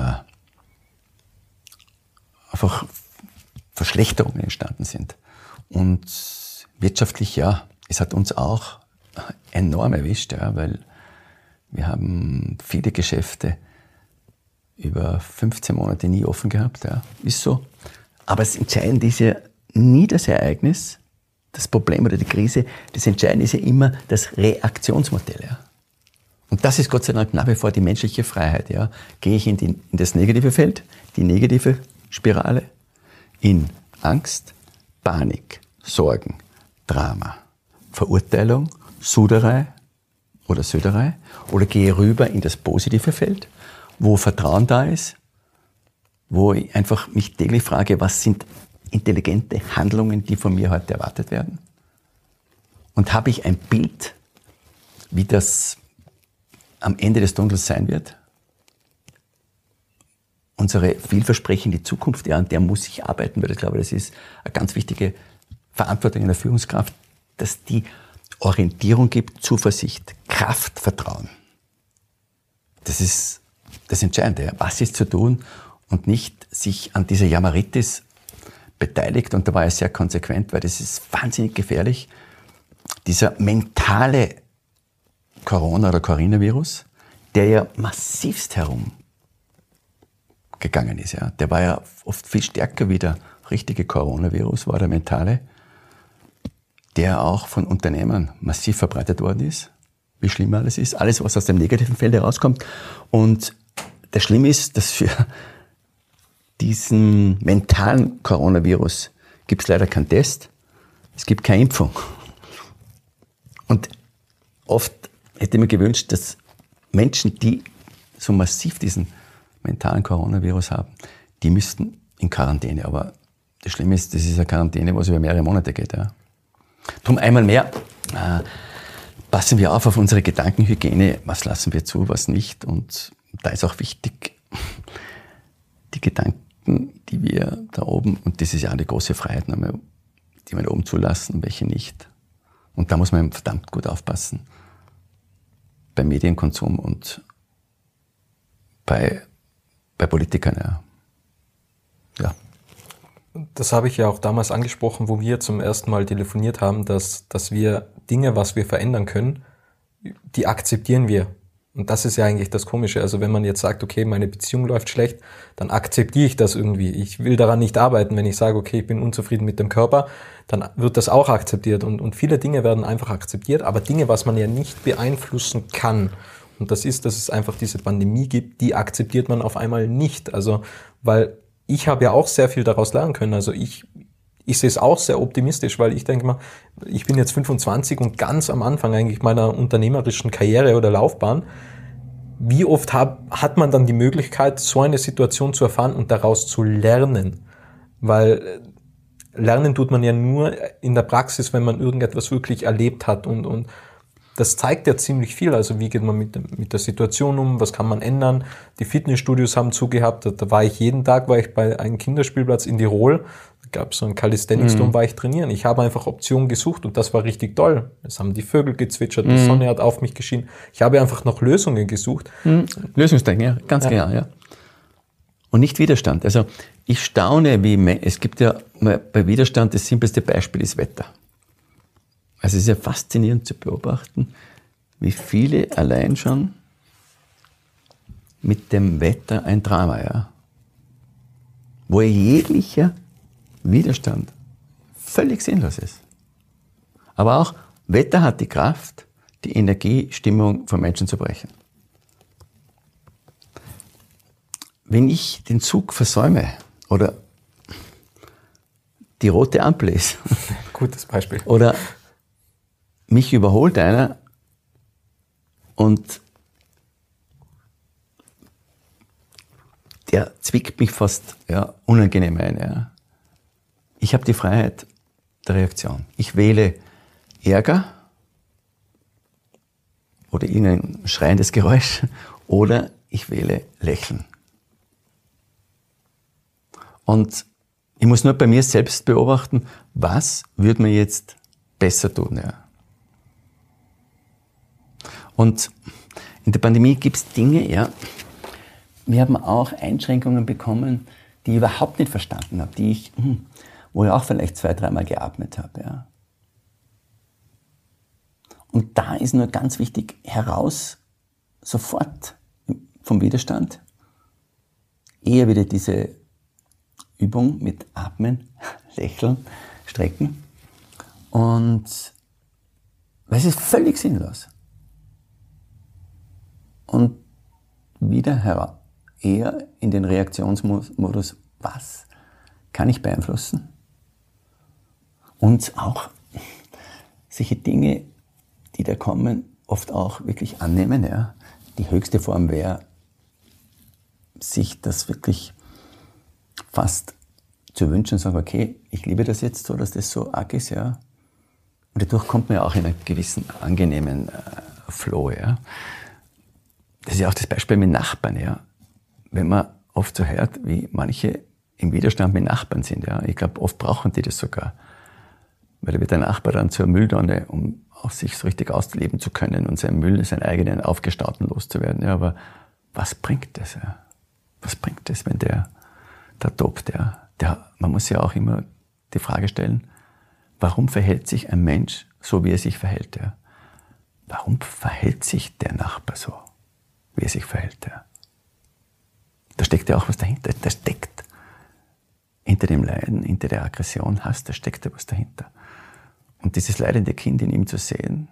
einfach Verschlechterungen entstanden sind. Und wirtschaftlich, ja, es hat uns auch enorm erwischt, ja, weil wir haben viele Geschäfte über 15 Monate nie offen gehabt, ja, ist so. Aber das Entscheidende ist ja nie das Ereignis, das Problem oder die Krise, das Entscheidende ist ja immer das Reaktionsmodell. Ja. Und das ist Gott sei Dank nach wie vor die menschliche Freiheit. Ja. Gehe ich in das negative Feld, die negative Spirale, in Angst, Panik, Sorgen, Drama, Verurteilung, Suderei oder Söderei, oder gehe rüber in das positive Feld, wo Vertrauen da ist, wo ich einfach mich täglich frage, was sind intelligente Handlungen, die von mir heute erwartet werden? Und habe ich ein Bild, wie das am Ende des Tunnels sein wird? Unsere vielversprechende Zukunft, ja, an der muss ich arbeiten, weil ich glaube, das ist eine ganz wichtige Verantwortung in der Führungskraft, dass die Orientierung gibt, Zuversicht, Kraft, Vertrauen. Das ist das Entscheidende. Ja. Was ist zu tun und nicht sich an dieser Jammeritis beteiligt, und da war er sehr konsequent, weil das ist wahnsinnig gefährlich. Dieser mentale Corona- oder Coronavirus, der ja massivst herumgegangen ist, ja. Der war ja oft viel stärker wie der richtige Coronavirus, war der mentale, der auch von Unternehmern massiv verbreitet worden ist. Wie schlimm alles ist, alles, was aus dem negativen Feld herauskommt. Und das Schlimme ist, dass für diesen mentalen Coronavirus gibt es leider keinen Test, es gibt keine Impfung. Und oft hätte ich mir gewünscht, dass Menschen, die so massiv diesen mentalen Coronavirus haben, die müssten in Quarantäne. Aber das Schlimme ist, das ist eine Quarantäne, was über mehrere Monate geht. Ja. Drum einmal mehr, passen wir auf unsere Gedankenhygiene, was lassen wir zu, was nicht. Und da ist auch wichtig, die Gedanken, die wir da oben, und das ist ja eine große Freiheit, die wir da oben zulassen und welche nicht. Und da muss man verdammt gut aufpassen. Beim Medienkonsum und bei Politikern, ja. Ja. Das habe ich ja auch damals angesprochen, wo wir zum ersten Mal telefoniert haben, dass wir Dinge, was wir verändern können, die akzeptieren wir. Und das ist ja eigentlich das Komische. Also wenn man jetzt sagt, okay, meine Beziehung läuft schlecht, dann akzeptiere ich das irgendwie. Ich will daran nicht arbeiten. Wenn ich sage, okay, ich bin unzufrieden mit dem Körper, dann wird das auch akzeptiert. Und viele Dinge werden einfach akzeptiert, aber Dinge, was man ja nicht beeinflussen kann, und das ist, dass es einfach diese Pandemie gibt, die akzeptiert man auf einmal nicht. Also, weil ich habe ja auch sehr viel daraus lernen können. Also ich sehe es auch sehr optimistisch, weil ich denke mal, ich bin jetzt 25 und ganz am Anfang eigentlich meiner unternehmerischen Karriere oder Laufbahn. Wie oft hat man dann die Möglichkeit, so eine Situation zu erfahren und daraus zu lernen? Weil lernen tut man ja nur in der Praxis, wenn man irgendetwas wirklich erlebt hat, und das zeigt ja ziemlich viel. Also wie geht man mit der Situation um, was kann man ändern? Die Fitnessstudios haben zugehabt, da war ich jeden Tag bei einem Kinderspielplatz in Tirol. gab so einen Calisthenics-Turm, war ich trainieren. Ich habe einfach Optionen gesucht und das war richtig toll. Es haben die Vögel gezwitschert, die Sonne hat auf mich geschienen. Ich habe einfach nach Lösungen gesucht. Lösungsdenken, ja, ganz genau, ja. Und nicht Widerstand. Also ich staune, es gibt ja bei Widerstand, das simpelste Beispiel ist Wetter. Also es ist ja faszinierend zu beobachten, wie viele allein schon mit dem Wetter ein Drama, ja. Wo jeglicher Widerstand völlig sinnlos ist. Aber auch Wetter hat die Kraft, die Energiestimmung von Menschen zu brechen. Wenn ich den Zug versäume oder die rote Ampel ist, gutes Beispiel, oder mich überholt einer und der zwickt mich fast unangenehm ein. Ja. Ich habe die Freiheit der Reaktion. Ich wähle Ärger oder irgendein schreiendes Geräusch oder ich wähle Lächeln. Und ich muss nur bei mir selbst beobachten, was würde mir jetzt besser tun. Ja. Und in der Pandemie gibt es Dinge, ja, wir haben auch Einschränkungen bekommen, die ich überhaupt nicht verstanden habe, wo ich auch vielleicht 2-3 Mal geatmet habe. Ja. Und da ist nur ganz wichtig, heraus, sofort vom Widerstand, eher wieder diese Übung mit Atmen, Lächeln, Strecken. Und weil es ist völlig sinnlos. Und wieder eher in den Reaktionsmodus, was kann ich beeinflussen? Und auch solche Dinge, die da kommen, oft auch wirklich annehmen. Ja. Die höchste Form wäre, sich das wirklich fast zu wünschen und sagen, okay, ich liebe das jetzt so, dass das so arg ist. Ja. Und dadurch kommt man ja auch in einen gewissen angenehmen Flow. Ja. Das ist ja auch das Beispiel mit Nachbarn, ja. Wenn man oft so hört, wie manche im Widerstand mit Nachbarn sind, ja. Ich glaube, oft brauchen die das sogar. Weil da wird der Nachbar dann zur Mülltonne, um auf sich so richtig ausleben zu können und seinen Müll, seinen eigenen aufgestauten loszuwerden. Ja, aber was bringt das, ja? Was bringt das, wenn der da tobt, ja? Man muss ja auch immer die Frage stellen, warum verhält sich ein Mensch so, wie er sich verhält, ja? Warum verhält sich der Nachbar so, wie er sich verhält, ja? Da steckt ja auch was dahinter. Da steckt hinter dem Leiden, hinter der Aggression, Hass, da steckt ja was dahinter. Und dieses leidende Kind in ihm zu sehen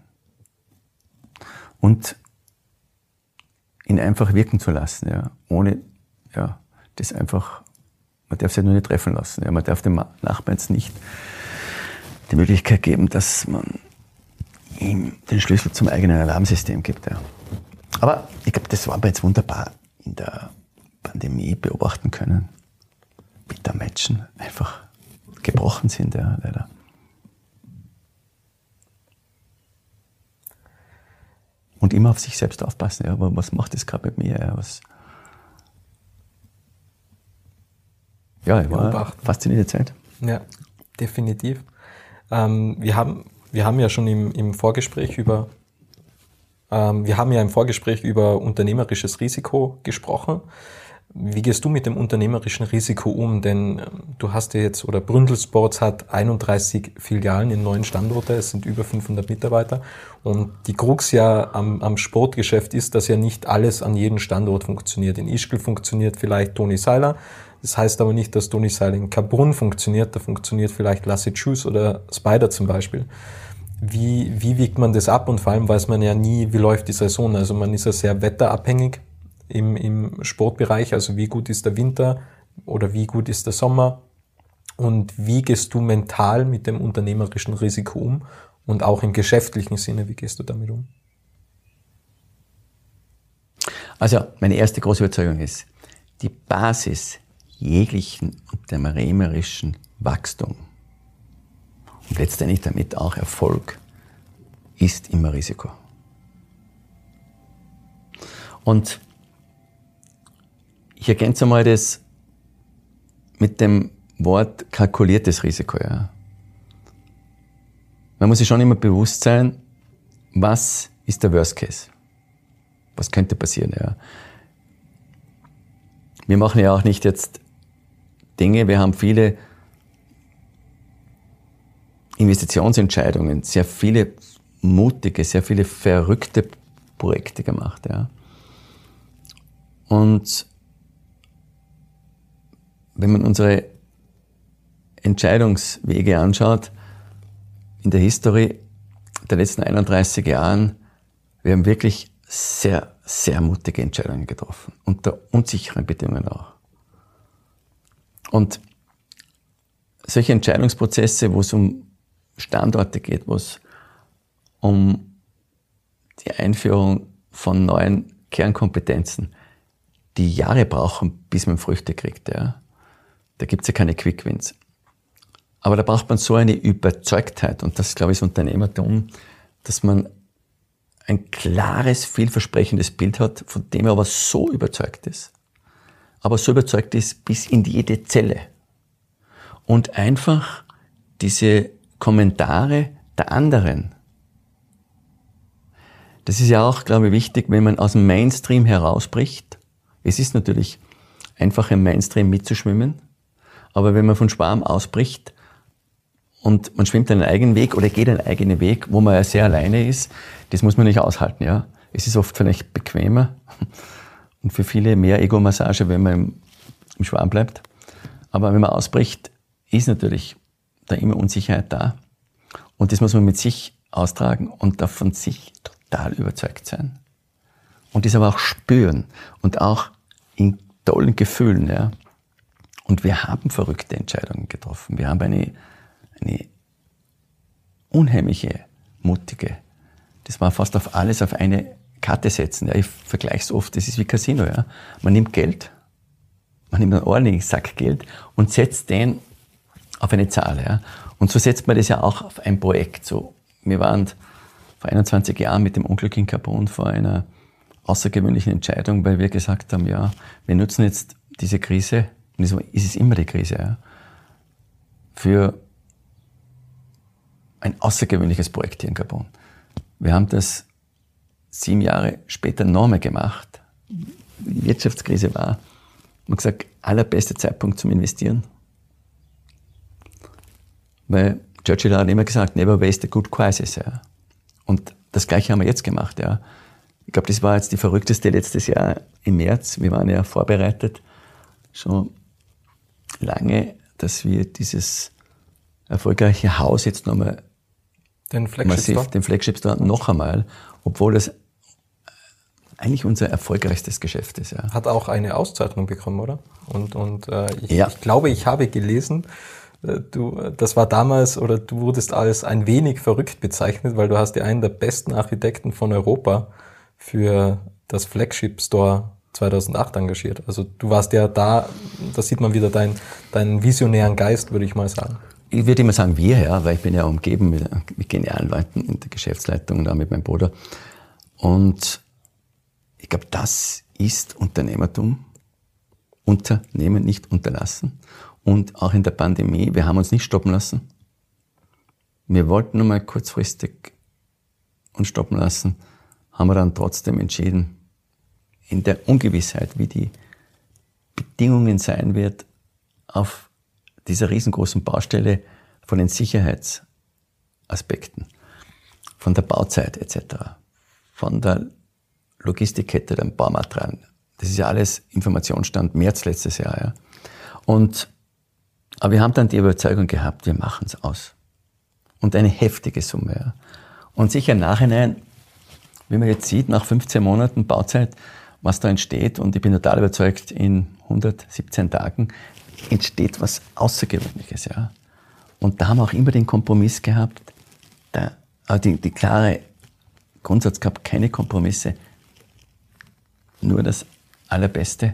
und ihn einfach wirken zu lassen, ja, ohne, ja, das einfach, man darf es ja nur nicht treffen lassen, ja, man darf dem Nachbarn jetzt nicht die Möglichkeit geben, dass man ihm den Schlüssel zum eigenen Alarmsystem gibt, ja. Aber ich glaube, das war wir jetzt wunderbar in der Pandemie beobachten können, wie da Menschen einfach gebrochen sind, ja, leider. Und immer auf sich selbst aufpassen, ja, aber was macht das gerade mit mir? Ja, ich war faszinierte Zeit. Ja, definitiv. Wir haben ja schon im Vorgespräch über unternehmerisches Risiko gesprochen. Wie gehst du mit dem unternehmerischen Risiko um? Denn du hast ja jetzt, oder Bründel Sports hat 31 Filialen in 9 Standorte, es sind über 500 Mitarbeiter. Und die Krux ja am Sportgeschäft ist, dass ja nicht alles an jedem Standort funktioniert. In Ischgl funktioniert vielleicht Toni Seiler. Das heißt aber nicht, dass Toni Seiler in Kaprun funktioniert. Da funktioniert vielleicht Lasse Juice oder Spider zum Beispiel. Wie wiegt man das ab? Und vor allem weiß man ja nie, wie läuft die Saison. Also man ist ja sehr wetterabhängig im Sportbereich. Also wie gut ist der Winter oder wie gut ist der Sommer? Und wie gehst du mental mit dem unternehmerischen Risiko um? Und auch im geschäftlichen Sinne, wie gehst du damit um? Also meine erste große Überzeugung ist, die Basis jeglichen unternehmerischen Wachstum und letztendlich damit auch Erfolg ist immer Risiko. Und ich ergänze mal das mit dem Wort kalkuliertes Risiko. Ja. Man muss sich schon immer bewusst sein, was ist der Worst Case? Was könnte passieren? Ja. Wir machen ja auch nicht jetzt Dinge, wir haben viele Investitionsentscheidungen, sehr viele mutige, sehr viele verrückte Projekte gemacht. Ja. Und wenn man unsere Entscheidungswege anschaut, in der Historie der letzten 31 Jahren, wir haben wirklich sehr, sehr mutige Entscheidungen getroffen. Unter unsicheren Bedingungen auch. Und solche Entscheidungsprozesse, wo es um Standorte geht, wo es um die Einführung von neuen Kernkompetenzen, die Jahre brauchen, bis man Früchte kriegt. Ja. Da gibt's ja keine Quick Wins. Aber da braucht man so eine Überzeugtheit, und das, glaube ich, ist Unternehmertum, dass man ein klares, vielversprechendes Bild hat, von dem er aber so überzeugt ist bis in jede Zelle. Und einfach diese Kommentare der anderen, das ist ja auch, glaube ich, wichtig, wenn man aus dem Mainstream herausbricht. Es ist natürlich einfach im Mainstream mitzuschwimmen, aber wenn man von Schwarm ausbricht und man schwimmt einen eigenen Weg oder geht einen eigenen Weg, wo man ja sehr alleine ist, das muss man nicht aushalten. Ja. Es ist oft vielleicht bequemer und für viele mehr Ego-Massage, wenn man im Schwarm bleibt. Aber wenn man ausbricht, ist natürlich da immer Unsicherheit da. Und das muss man mit sich austragen und da von sich total überzeugt sein. Und das aber auch spüren und auch in tollen Gefühlen. Ja. Und wir haben verrückte Entscheidungen getroffen. Wir haben eine unheimliche, mutige, das war fast auf alles auf eine Karte setzen. Ja. Ich vergleiche es oft, das ist wie Casino. Ja. Man nimmt Geld, man nimmt einen ordentlichen Sack Geld und setzt den auf eine Zahl. Ja. Und so setzt man das ja auch auf ein Projekt. So, wir waren vor 21 Jahren mit dem Unglück in Gabun vor einer außergewöhnlichen Entscheidung, weil wir gesagt haben, ja, wir nutzen jetzt diese Krise, und so ist es immer die Krise, ja, für ein außergewöhnliches Projekt hier in Gabun. Wir haben das 7 Jahre später nochmal gemacht. Die Wirtschaftskrise war, man hat gesagt, allerbeste Zeitpunkt zum Investieren. Weil Churchill hat immer gesagt, never waste a good crisis. Ja. Und das Gleiche haben wir jetzt gemacht. Ja. Ich glaube, das war jetzt die verrückteste letztes Jahr im März. Wir waren ja vorbereitet schon lange, dass wir dieses erfolgreiche Haus jetzt nochmal den Flagship Store noch einmal, obwohl das eigentlich unser erfolgreichstes Geschäft ist. Ja. Hat auch eine Auszeichnung bekommen, oder? Ich glaube, ich habe gelesen, das war damals, oder du wurdest als ein wenig verrückt bezeichnet, weil du hast ja einen der besten Architekten von Europa für das Flagship Store 2008 engagiert. Also du warst ja da sieht man wieder deinen visionären Geist, würde ich mal sagen. Ich würde immer sagen wir, ja, weil ich bin ja umgeben mit genialen Leuten in der Geschäftsleitung und auch mit meinem Bruder. Und ich glaube, das ist Unternehmertum. Unternehmen, nicht unterlassen. Und auch in der Pandemie, wir haben uns nicht stoppen lassen. Wir wollten nur mal kurzfristig uns stoppen lassen, haben wir dann trotzdem entschieden, in der Ungewissheit, wie die Bedingungen sein wird, auf dieser riesengroßen Baustelle von den Sicherheitsaspekten, von der Bauzeit etc., von der Logistikkette, den Baumaterialien. Das ist ja alles Informationsstand März letztes Jahr. Ja. Aber wir haben dann die Überzeugung gehabt, wir machen es aus. Und eine heftige Summe. Ja. Und sicher im Nachhinein, wie man jetzt sieht, nach 15 Monaten Bauzeit, was da entsteht, und ich bin total überzeugt, in 117 Tagen entsteht was Außergewöhnliches. Ja. Und da haben wir auch immer den Kompromiss gehabt, die klare Grundsatz gehabt, keine Kompromisse, nur das Allerbeste.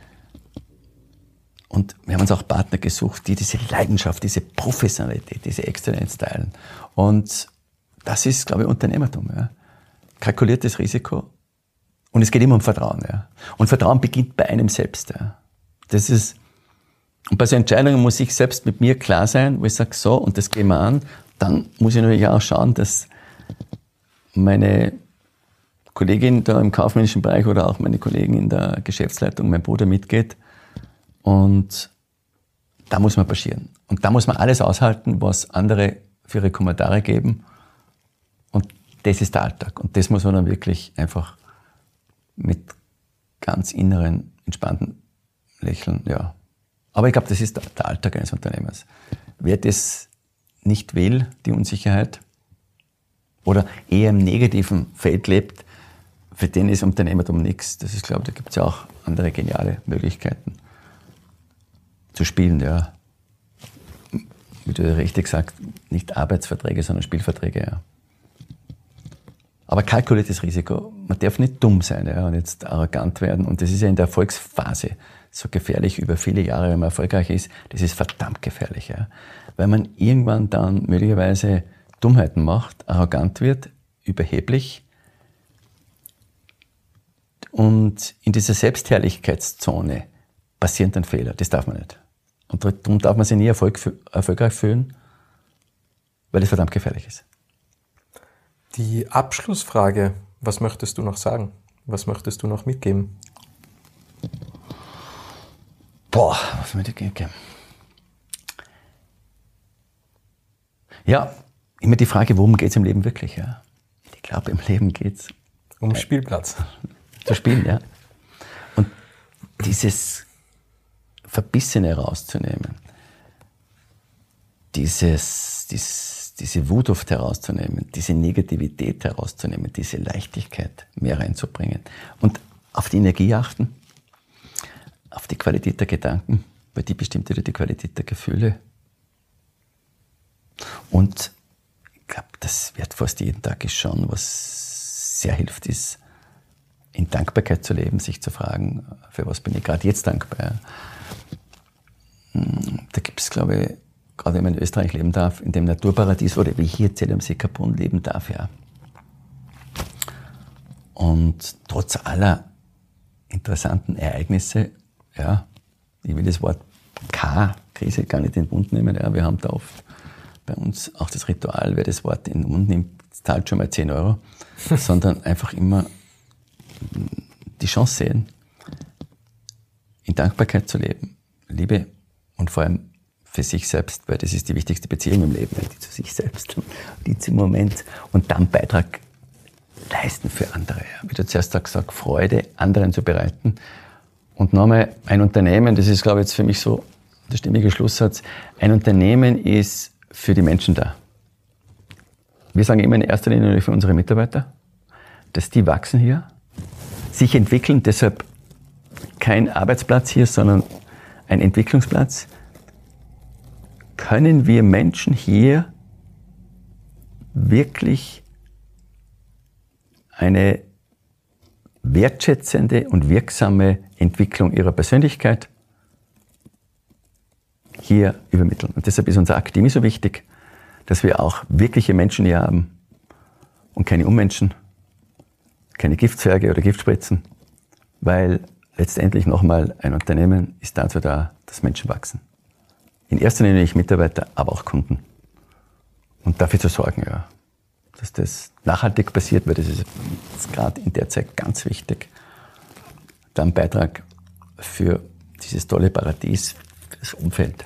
Und wir haben uns auch Partner gesucht, die diese Leidenschaft, diese Professionalität, diese Exzellenz teilen. Und das ist, glaube ich, Unternehmertum. Ja. Kalkuliertes Risiko. Und es geht immer um Vertrauen. Ja. Und Vertrauen beginnt bei einem selbst. Ja. Das ist Und bei so Entscheidungen muss ich selbst mit mir klar sein, wo ich sage, so, und das gehen wir an. Dann muss ich natürlich auch schauen, dass meine Kollegin da im kaufmännischen Bereich oder auch meine Kollegin in der Geschäftsleitung, mein Bruder mitgeht. Und da muss man passieren. Und da muss man alles aushalten, was andere für ihre Kommentare geben. Und das ist der Alltag. Und das muss man dann wirklich einfach mit ganz inneren, entspannten Lächeln, ja. Aber ich glaube, das ist der Alltag eines Unternehmers. Wer das nicht will, die Unsicherheit, oder eher im negativen Feld lebt, für den ist Unternehmertum nichts. Das ist, glaube ich, da gibt es ja auch andere geniale Möglichkeiten zu spielen, ja. Wie du richtig sagst, nicht Arbeitsverträge, sondern Spielverträge, ja. Aber kalkuliertes Risiko. Man darf nicht dumm sein, ja, und jetzt arrogant werden. Und das ist ja in der Erfolgsphase so gefährlich über viele Jahre, wenn man erfolgreich ist. Das ist verdammt gefährlich, ja. Weil man irgendwann dann möglicherweise Dummheiten macht, arrogant wird, überheblich. Und in dieser Selbstherrlichkeitszone passieren dann Fehler. Das darf man nicht. Und darum darf man sich nie erfolgreich fühlen, weil es verdammt gefährlich ist. Die Abschlussfrage, was möchtest du noch sagen? Was möchtest du noch mitgeben? Was möchte ich mitgeben? Ja, immer die Frage, worum geht es im Leben wirklich? Ja? Ich glaube, im Leben geht es um Spielplatz. Zu spielen, ja. Und dieses Verbissene rauszunehmen, diese Wut oft herauszunehmen, diese Negativität herauszunehmen, diese Leichtigkeit mehr reinzubringen und auf die Energie achten, auf die Qualität der Gedanken, weil die bestimmt wieder die Qualität der Gefühle. Und ich glaube, das wird fast jeden Tag schon, was sehr hilft, ist, in Dankbarkeit zu leben, sich zu fragen, für was bin ich gerade jetzt dankbar. Da gibt es, glaube ich, gerade wenn man in Österreich leben darf, in dem Naturparadies oder wie hier Zell am See Kaprun leben darf, ja. Und trotz aller interessanten Ereignisse, ja, ich will das Wort Krise gar nicht in den Mund nehmen, ja, wir haben da oft bei uns auch das Ritual, wer das Wort in den Mund nimmt, zahlt schon mal 10 €, sondern einfach immer die Chance sehen, in Dankbarkeit zu leben, Liebe und vor allem für sich selbst, weil das ist die wichtigste Beziehung im Leben, die zu sich selbst, die zum Moment und dann Beitrag leisten für andere. Wie du zuerst gesagt, Freude anderen zu bereiten. Und nochmal, ein Unternehmen, das ist, glaube ich, jetzt für mich so der stimmige Schlusssatz, ein Unternehmen ist für die Menschen da. Wir sagen immer in erster Linie für unsere Mitarbeiter, dass die wachsen hier, sich entwickeln, deshalb kein Arbeitsplatz hier, sondern ein Entwicklungsplatz. Können wir Menschen hier wirklich eine wertschätzende und wirksame Entwicklung ihrer Persönlichkeit hier übermitteln? Und deshalb ist unser Akademie so wichtig, dass wir auch wirkliche Menschen hier haben und keine Unmenschen, keine Giftzwerge oder Giftspritzen, weil letztendlich nochmal ein Unternehmen ist dazu da, dass Menschen wachsen. In erster Linie nicht Mitarbeiter, aber auch Kunden. Und dafür zu sorgen, ja, dass das nachhaltig passiert, weil das ist gerade in der Zeit ganz wichtig. Da ein Beitrag für dieses tolle Paradies, für das Umfeld.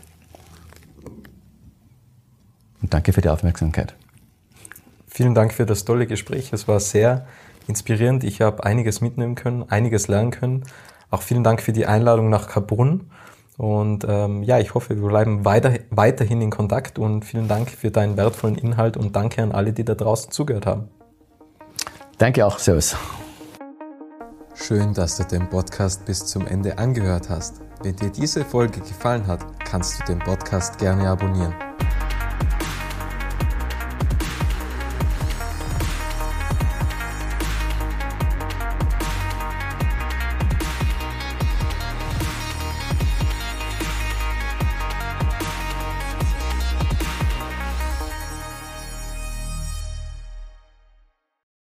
Und danke für die Aufmerksamkeit. Vielen Dank für das tolle Gespräch. Es war sehr inspirierend. Ich habe einiges mitnehmen können, einiges lernen können. Auch vielen Dank für die Einladung nach Kaprun. Und ich hoffe, wir bleiben weiterhin in Kontakt und vielen Dank für deinen wertvollen Inhalt und danke an alle, die da draußen zugehört haben. Danke auch, servus. Schön, dass du den Podcast bis zum Ende angehört hast. Wenn dir diese Folge gefallen hat, kannst du den Podcast gerne abonnieren.